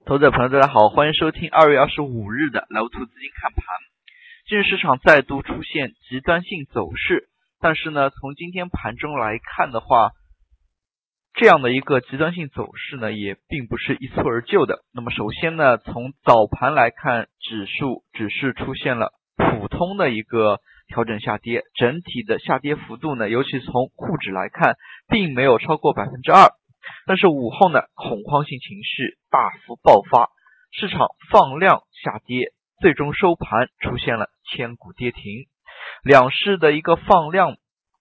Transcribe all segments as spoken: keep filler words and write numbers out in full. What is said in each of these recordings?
投资者朋友大家好，欢迎收听二月二十五日的老图资金看盘。今日市场再度出现极端性走势，但是呢，从今天盘中来看的话，这样的一个极端性走势呢，也并不是一蹴而就的。那么首先呢，从早盘来看，指数只是出现了普通的一个调整下跌，整体的下跌幅度呢，尤其从沪指来看，并没有超过百分之二。但是午后呢，恐慌性情绪大幅爆发，市场放量下跌，最终收盘出现了千股跌停。两市的一个放量，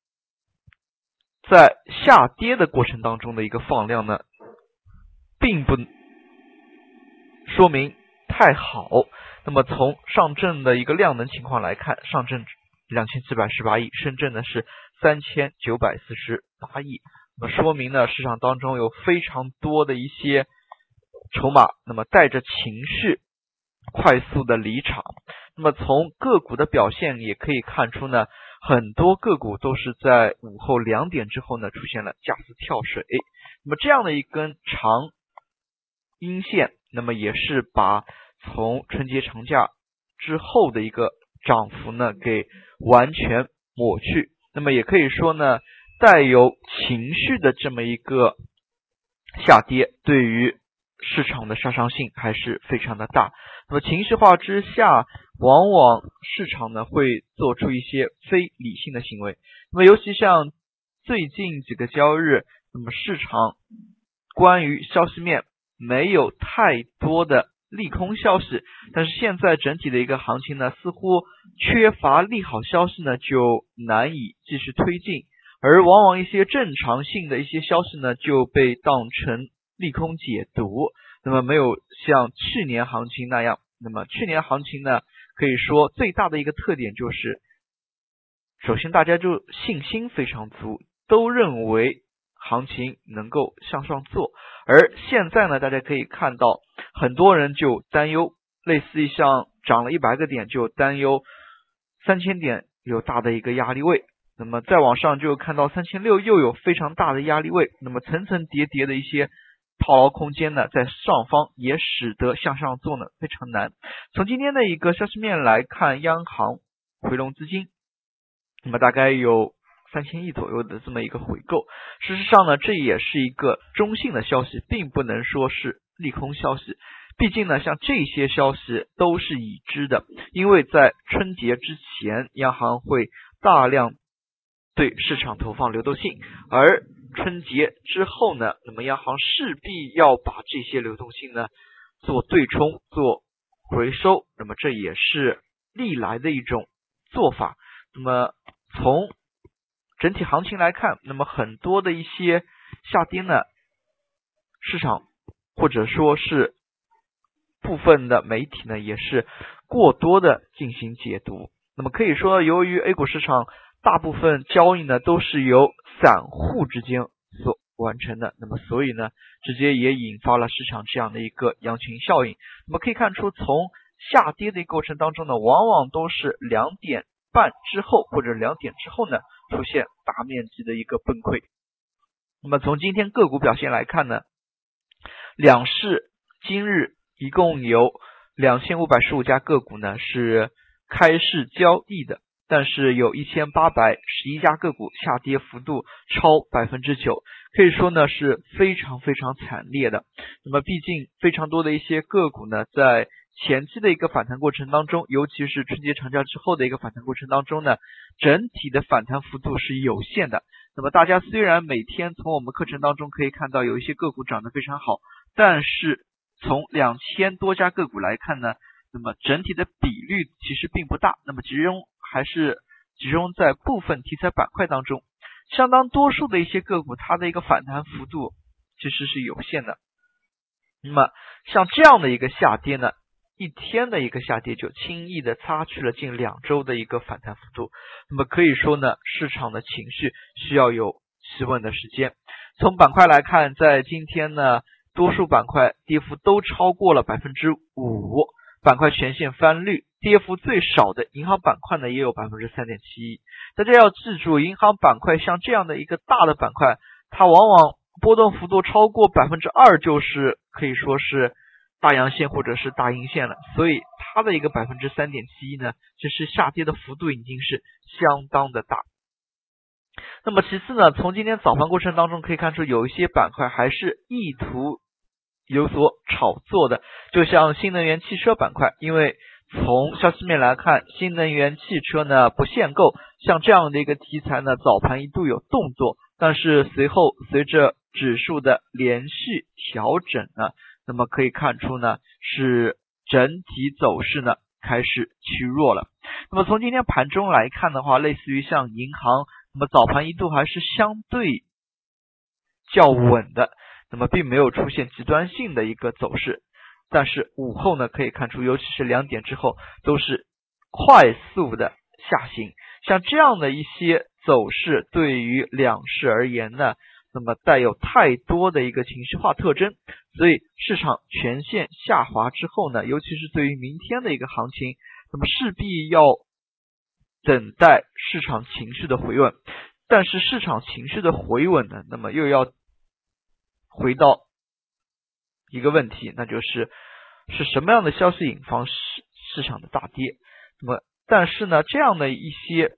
在下跌的过程当中的一个放量呢，并不说明太好。那么从上证的一个量能情况来看，上证两千七百十八亿，深圳呢是三千九百四十八亿。那么说明呢，市场当中有非常多的一些筹码，那么带着情绪快速的离场。那么从个股的表现也可以看出呢，很多个股都是在午后两点之后呢出现了价值跳水。那么这样的一根长阴线，那么也是把从春节长假之后的一个涨幅呢给完全抹去。那么也可以说呢，带有情绪的这么一个下跌，对于市场的杀伤性还是非常的大。那么情绪化之下，往往市场呢会做出一些非理性的行为。那么尤其像最近几个交易日，那么市场关于消息面没有太多的利空消息，但是现在整体的一个行情呢，似乎缺乏利好消息呢，就难以继续推进。而往往一些正常性的一些消息呢，就被当成利空解读，那么没有像去年行情那样。那么去年行情呢，可以说最大的一个特点就是，首先大家就信心非常足，都认为行情能够向上做。而现在呢，大家可以看到，很多人就担忧，类似于像涨了一百个点就担忧三千点有大的一个压力位。那么再往上就看到三千六百又有非常大的压力位，那么层层叠叠的一些套牢空间呢，在上方也使得向上做呢非常难。从今天的一个消息面来看，央行回笼资金，那么大概有三千亿左右的这么一个回购。事实上呢，这也是一个中性的消息，并不能说是利空消息。毕竟呢，像这些消息都是已知的，因为在春节之前，央行会大量对市场投放流动性，而春节之后呢，那么央行势必要把这些流动性呢做对冲、做回收，那么这也是历来的一种做法。那么从整体行情来看，那么很多的一些下跌呢，市场或者说是部分的媒体呢，也是过多的进行解读。那么可以说，由于 A 股市场大部分交易呢都是由散户之间所完成的，那么所以呢，直接也引发了市场这样的一个羊群效应。那么可以看出，从下跌的一个过程当中呢，往往都是两点半之后或者两点之后呢，出现大面积的一个崩溃。那么从今天个股表现来看呢，两市今日一共有两千五百十五家个股呢是开市交易的，但是有一千八百十一家个股下跌幅度超 百分之九， 可以说呢是非常非常惨烈的。那么毕竟非常多的一些个股呢，在前期的一个反弹过程当中，尤其是春节长假之后的一个反弹过程当中呢，整体的反弹幅度是有限的。那么大家虽然每天从我们课程当中可以看到有一些个股涨得非常好，但是从两千多家个股来看呢，那么整体的比率其实并不大，那么集中还是集中在部分题材板块当中，相当多数的一些个股它的一个反弹幅度其实是有限的。那么像这样的一个下跌呢，一天的一个下跌就轻易的擦去了近两周的一个反弹幅度。那么可以说呢，市场的情绪需要有企稳的时间。从板块来看，在今天呢，多数板块跌幅都超过了 百分之五， 板块全线翻绿，跌幅最少的银行板块呢也有 百分之三点七一。 大家要记住，银行板块像这样的一个大的板块，它往往波动幅度超过 百分之二， 就是可以说是大阳线或者是大阴线了，所以它的一个 百分之三点七一 呢，其实下跌的幅度已经是相当的大。那么其次呢，从今天早盘过程当中可以看出，有一些板块还是意图有所炒作的，就像新能源汽车板块，因为从消息面来看，新能源汽车呢不限购，像这样的一个题材呢，早盘一度有动作，但是随后随着指数的连续调整呢，那么可以看出呢，是整体走势呢开始趋弱了。那么从今天盘中来看的话，类似于像银行，那么早盘一度还是相对较稳的，那么并没有出现极端性的一个走势，但是午后呢可以看出，尤其是两点之后都是快速的下行，像这样的一些走势对于两市而言呢，那么带有太多的一个情绪化特征，所以市场全线下滑之后呢，尤其是对于明天的一个行情，那么势必要等待市场情绪的回稳，但是市场情绪的回稳呢，那么又要回到一个问题，那就是是什么样的消息引发市市场的大跌。那么但是呢，这样的一些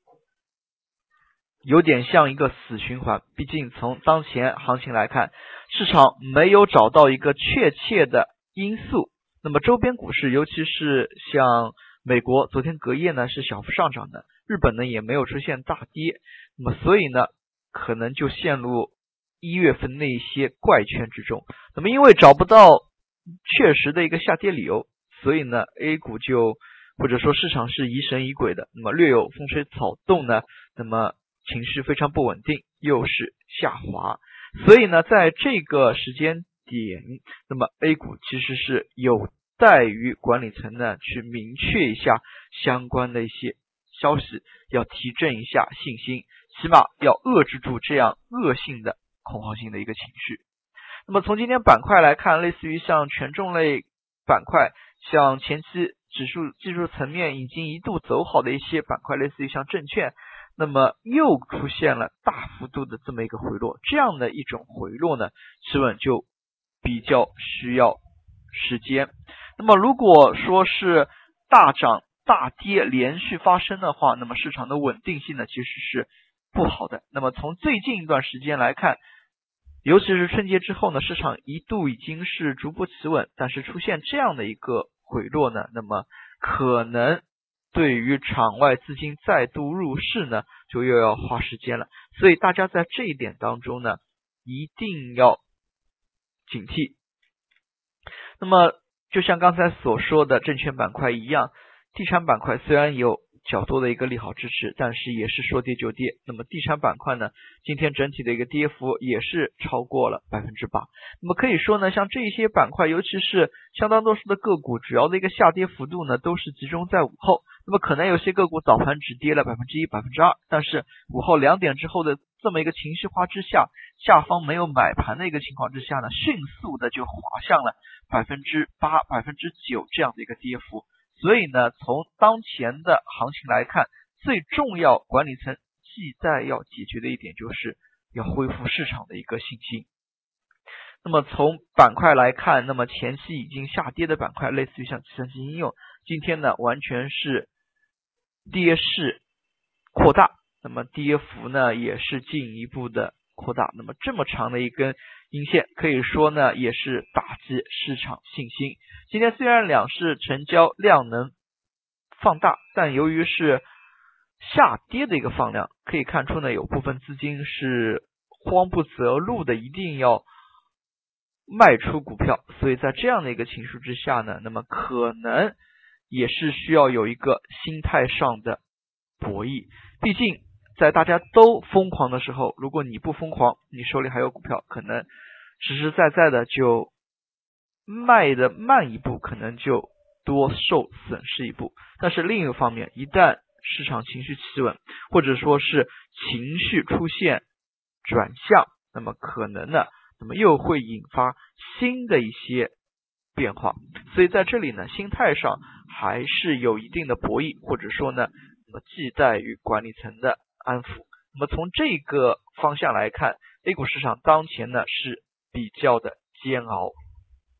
有点像一个死循环，毕竟从当前行情来看，市场没有找到一个确切的因素，那么周边股市尤其是像美国昨天隔夜呢是小幅上涨的，日本呢也没有出现大跌，那么所以呢可能就陷入一月份那些怪圈之中。那么因为找不到确实的一个下跌理由，所以呢 A 股就或者说市场是疑神疑鬼的，那么略有风吹草动呢，那么情绪非常不稳定，又是下滑，所以呢在这个时间点，那么 A 股其实是有待于管理层呢去明确一下相关的一些消息，要提振一下信心，起码要遏制住这样恶性的恐慌性的一个情绪。那么从今天板块来看，类似于像权重类板块，像前期指数技术层面已经一度走好的一些板块，类似于像证券，那么又出现了大幅度的这么一个回落，这样的一种回落呢，企稳就比较需要时间。那么如果说是大涨大跌连续发生的话，那么市场的稳定性呢其实是不好的。那么从最近一段时间来看，尤其是春节之后呢，市场一度已经是逐步企稳，但是出现这样的一个回落呢，那么可能对于场外资金再度入市呢，就又要花时间了。所以大家在这一点当中呢，一定要警惕。那么就像刚才所说的证券板块一样，地产板块虽然有较多的一个利好支持，但是也是说跌就跌。那么地产板块呢，今天整体的一个跌幅也是超过了 百分之八。 那么可以说呢，像这些板块，尤其是相当多数的个股，主要的一个下跌幅度呢都是集中在午后。那么可能有些个股早盘只跌了 百分之一、百分之二， 但是午后两点之后的这么一个情绪化之下，下方没有买盘的一个情况之下呢，迅速的就滑向了 百分之八、百分之九 这样的一个跌幅。所以呢，从当前的行情来看，最重要管理层系在要解决的一点就是要恢复市场的一个信心。那么从板块来看，那么前期已经下跌的板块，类似于像计算机应用，今天呢完全是跌势扩大，那么跌幅呢也是进一步的扩大。那么这么长的一根阴线，可以说呢也是打击市场信心。今天虽然两市成交量能放大，但由于是下跌的一个放量，可以看出呢有部分资金是慌不择路的，一定要卖出股票，所以在这样的一个情绪之下呢，那么可能也是需要有一个心态上的博弈。毕竟在大家都疯狂的时候，如果你不疯狂，你手里还有股票，可能实实在在的就卖的慢一步，可能就多受损失一步。但是另一个方面，一旦市场情绪企稳，或者说是情绪出现转向，那么可能呢那么又会引发新的一些变化。所以在这里呢，心态上还是有一定的博弈，或者说呢那么寄待于管理层的安抚。那么从这个方向来看， A 股市场当前呢是比较的煎熬。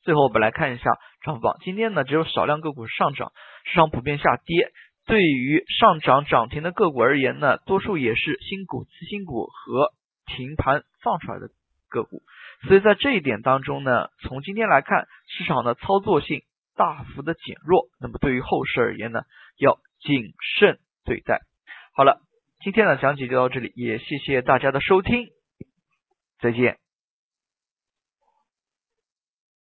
最后我们来看一下涨幅榜，今天呢只有少量个股上涨，市场普遍下跌。对于上涨涨停的个股而言呢，多数也是新股、次新股和停盘放出来的个股。所以在这一点当中呢，从今天来看，市场的操作性大幅的减弱，那么对于后市而言呢，要谨慎对待。好了，今天的讲解就到这里，也谢谢大家的收听，再见。